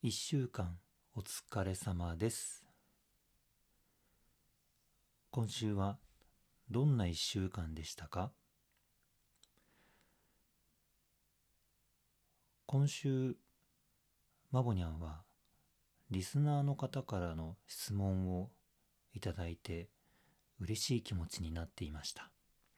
1週間お疲れ様です。今週はどんな1週間でしたか？今週、マボニャンはリスナーの方からの質問をいただいて嬉しい気持ちになっていました。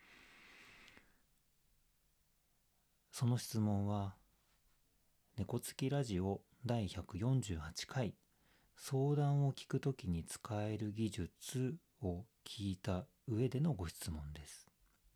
その質問は、猫つきラジオ第148回相談を聞くときに使える技術を聞いた上でのご質問です。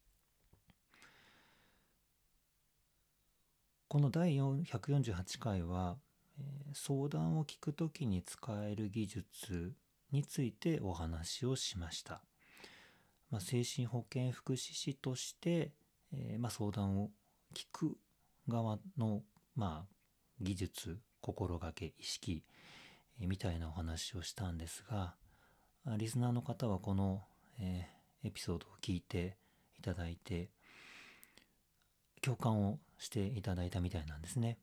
この第148回は、相談を聞くときに使える技術についてお話をしました。精神保健福祉士として、相談を聞く側の、技術、心がけ、意識、みたいなお話をしたんですが、リスナーの方はこの、エピソードを聞いていただいて共感をしていただいたみたいなんですね。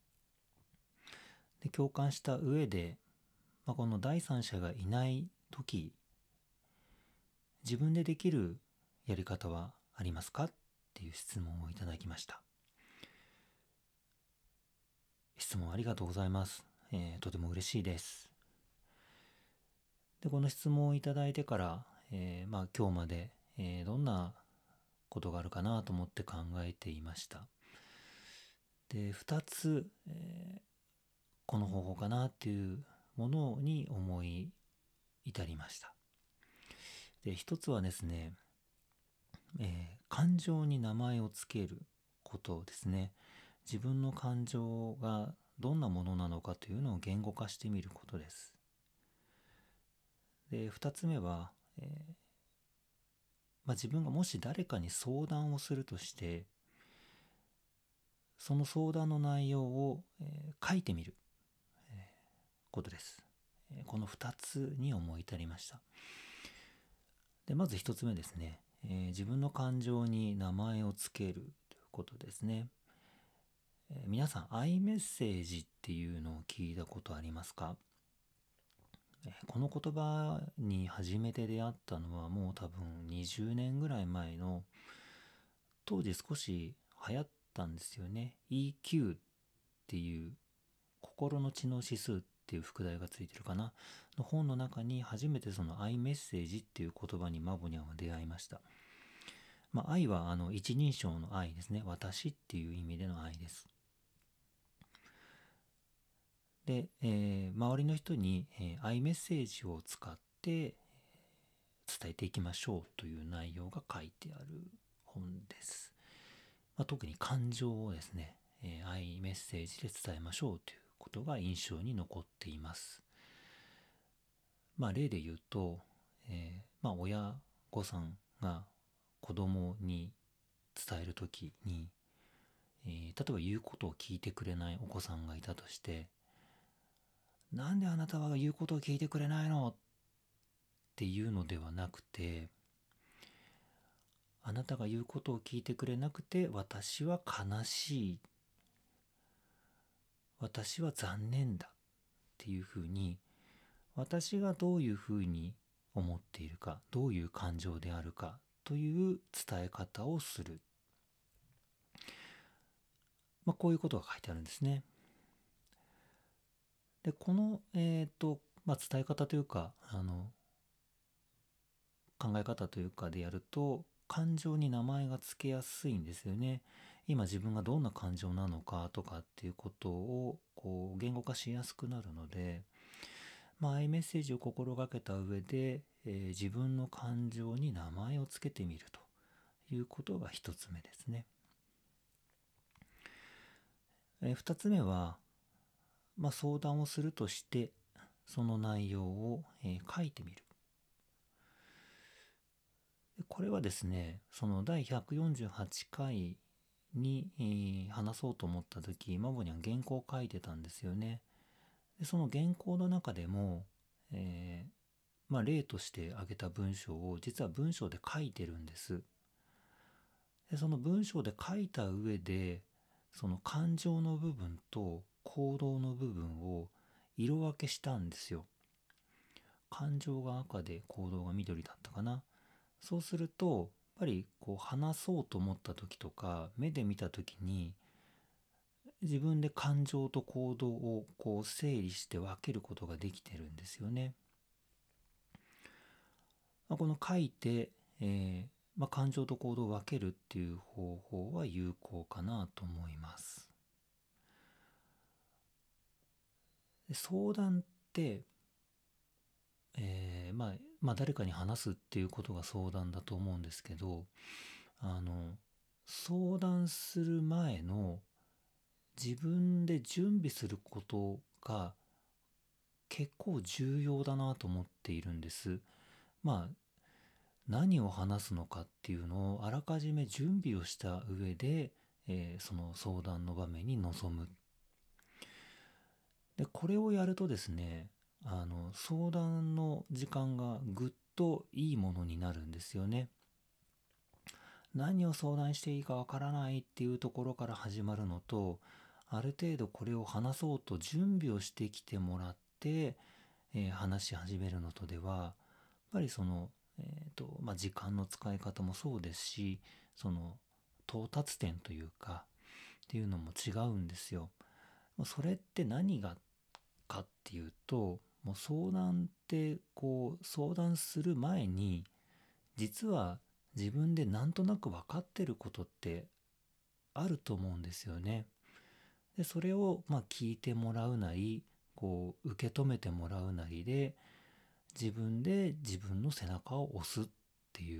で、共感した上で、この第三者がいない時、自分でできるやり方はありますかっていう質問をいただきました。質問ありがとうございます。とても嬉しいです。で、この質問をいただいてから、今日まで、どんなことがあるかなと思って考えていました。で、2つ、この方法かなっていうものに思い至りました。で、一つはですね、感情に名前をつけることですね。自分の感情がどんなものなのかというのを言語化してみることです。で、二つ目は、自分がもし誰かに相談をするとして、その相談の内容を、書いてみる、ことです。この二つに思い至りました。で、まず一つ目ですね。自分の感情に名前をつけるということですね。皆さん、アイメッセージっていうのを聞いたことありますか？この言葉に初めて出会ったのはもう多分20年ぐらい前の、当時少し流行ったんですよね。EQ っていう心の知能指数っていう副題がついてるかなの本の中に初めてそのアイメッセージっていう言葉にマボニャンは出会いました。愛は一人称の愛ですね。私っていう意味での愛です。で、周りの人に、アイメッセージを使って伝えていきましょうという内容が書いてある本です。特に感情をですね、アイメッセージで伝えましょうということが印象に残っています。例で言うと、親御さんが子供に伝えるときに、例えば言うことを聞いてくれないお子さんがいたとして、なんであなたは言うことを聞いてくれないのっていうのではなくて、あなたが言うことを聞いてくれなくて私は悲しい、私は残念だっていうふうに、私がどういうふうに思っているか、どういう感情であるかという伝え方をする。こういうことが書いてあるんですね。で、この、伝え方というか、考え方というかでやると、感情に名前がつけやすいんですよね。今自分がどんな感情なのかとかっていうことを言語化しやすくなるので、アイメッセージを心がけた上で、自分の感情に名前をつけてみるということが一つ目ですね。二つ目は、相談をするとしてその内容を、書いてみる。これはですね、その第148回に、話そうと思った時、マボには原稿を書いてたんですよね。で、その原稿の中でも、例として挙げた文章を実は文章で書いてるんです。で、その文章で書いた上で、その感情の部分と行動の部分を、 色分けしたんですよ。感情が赤で行動が緑だったかな。そうすると、やっぱり話そうと思った時とか、目で見た時に、自分で感情と行動を整理して分けることができてるんですよね。この書いて、感情と行動を分けるっていう方法は有効かなと思います。で相談って、誰かに話すっていうことが相談だと思うんですけど、相談する前の自分で準備することが結構重要だなと思っているんです。何を話すのかっていうのをあらかじめ準備をした上で、その相談の場面に臨む。で、これをやるとですね、相談の時間がぐっといいものになるんですよね。何を相談していいかわからないっていうところから始まるのと、ある程度これを話そうと準備をしてきてもらって、話し始めるのとでは、やっぱり時間の使い方もそうですし、その到達点というかっていうのも違うんですよ。それって何がかっていうと、もう相談って相談する前に実は自分でなんとなく分かってることってあると思うんですよね。でそれを聞いてもらうなり受け止めてもらうなりで自分で自分の背中を押すっていう、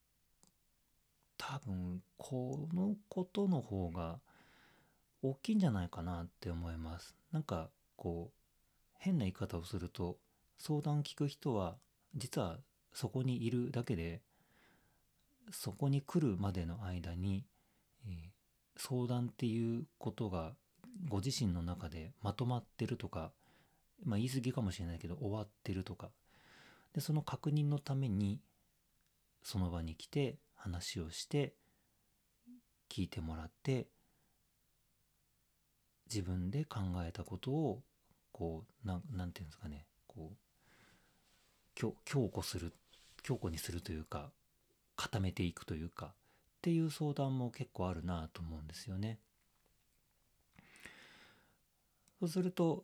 多分このことの方が大きいんじゃないかなって思います。変な言い方をすると、相談聞く人は実はそこにいるだけで、そこに来るまでの間に、相談っていうことがご自身の中でまとまってるとか、言い過ぎかもしれないけど終わってるとかで、その確認のためにその場に来て話をして聞いてもらって、自分で考えたことをなんていうんですかね、強固にするというか、固めていくというかっていう相談も結構あるなと思うんですよね。そうすると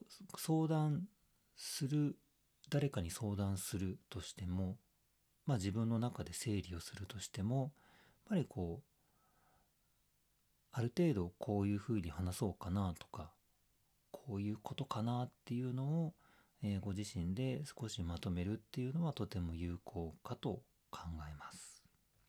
誰かに相談するとしても、自分の中で整理をするとしても、やっぱりある程度こういうふうに話そうかなとか、こういうことかなっていうのを、ご自身で少しまとめるっていうのはとても有効かと考えます。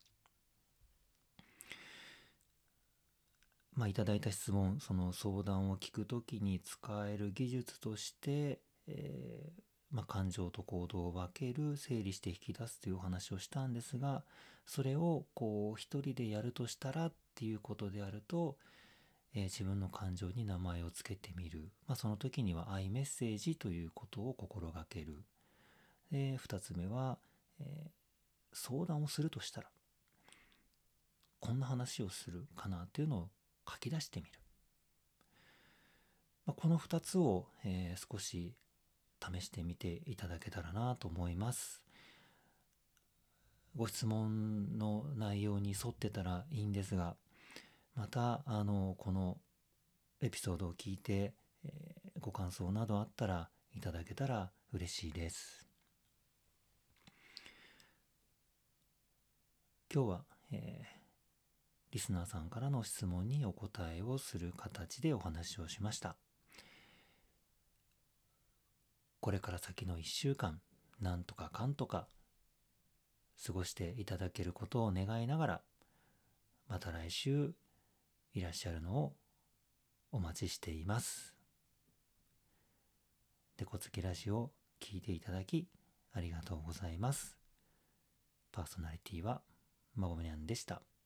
いただいた質問、その相談を聞くときに使える技術として、感情と行動を分ける、整理して引き出すというお話をしたんですが、それを一人でやるとしたらっていうことであると、自分の感情に名前をつけてみる。その時にはアイメッセージということを心がける。で、二つ目は、相談をするとしたら、こんな話をするかなっていうのを書き出してみる。この2つを、少し試してみていただけたらなと思います。ご質問の内容に沿ってたらいいんですが、またこのエピソードを聞いて、ご感想などあったらいただけたら嬉しいです。今日は、リスナーさんからの質問にお答えをする形でお話をしました。これから先の1週間、なんとかかんとか過ごしていただけることを願いながら、また来週いらっしゃるのをお待ちしています。でこつきラジオを聞いていただきありがとうございます。パーソナリティはまごめにゃんでした。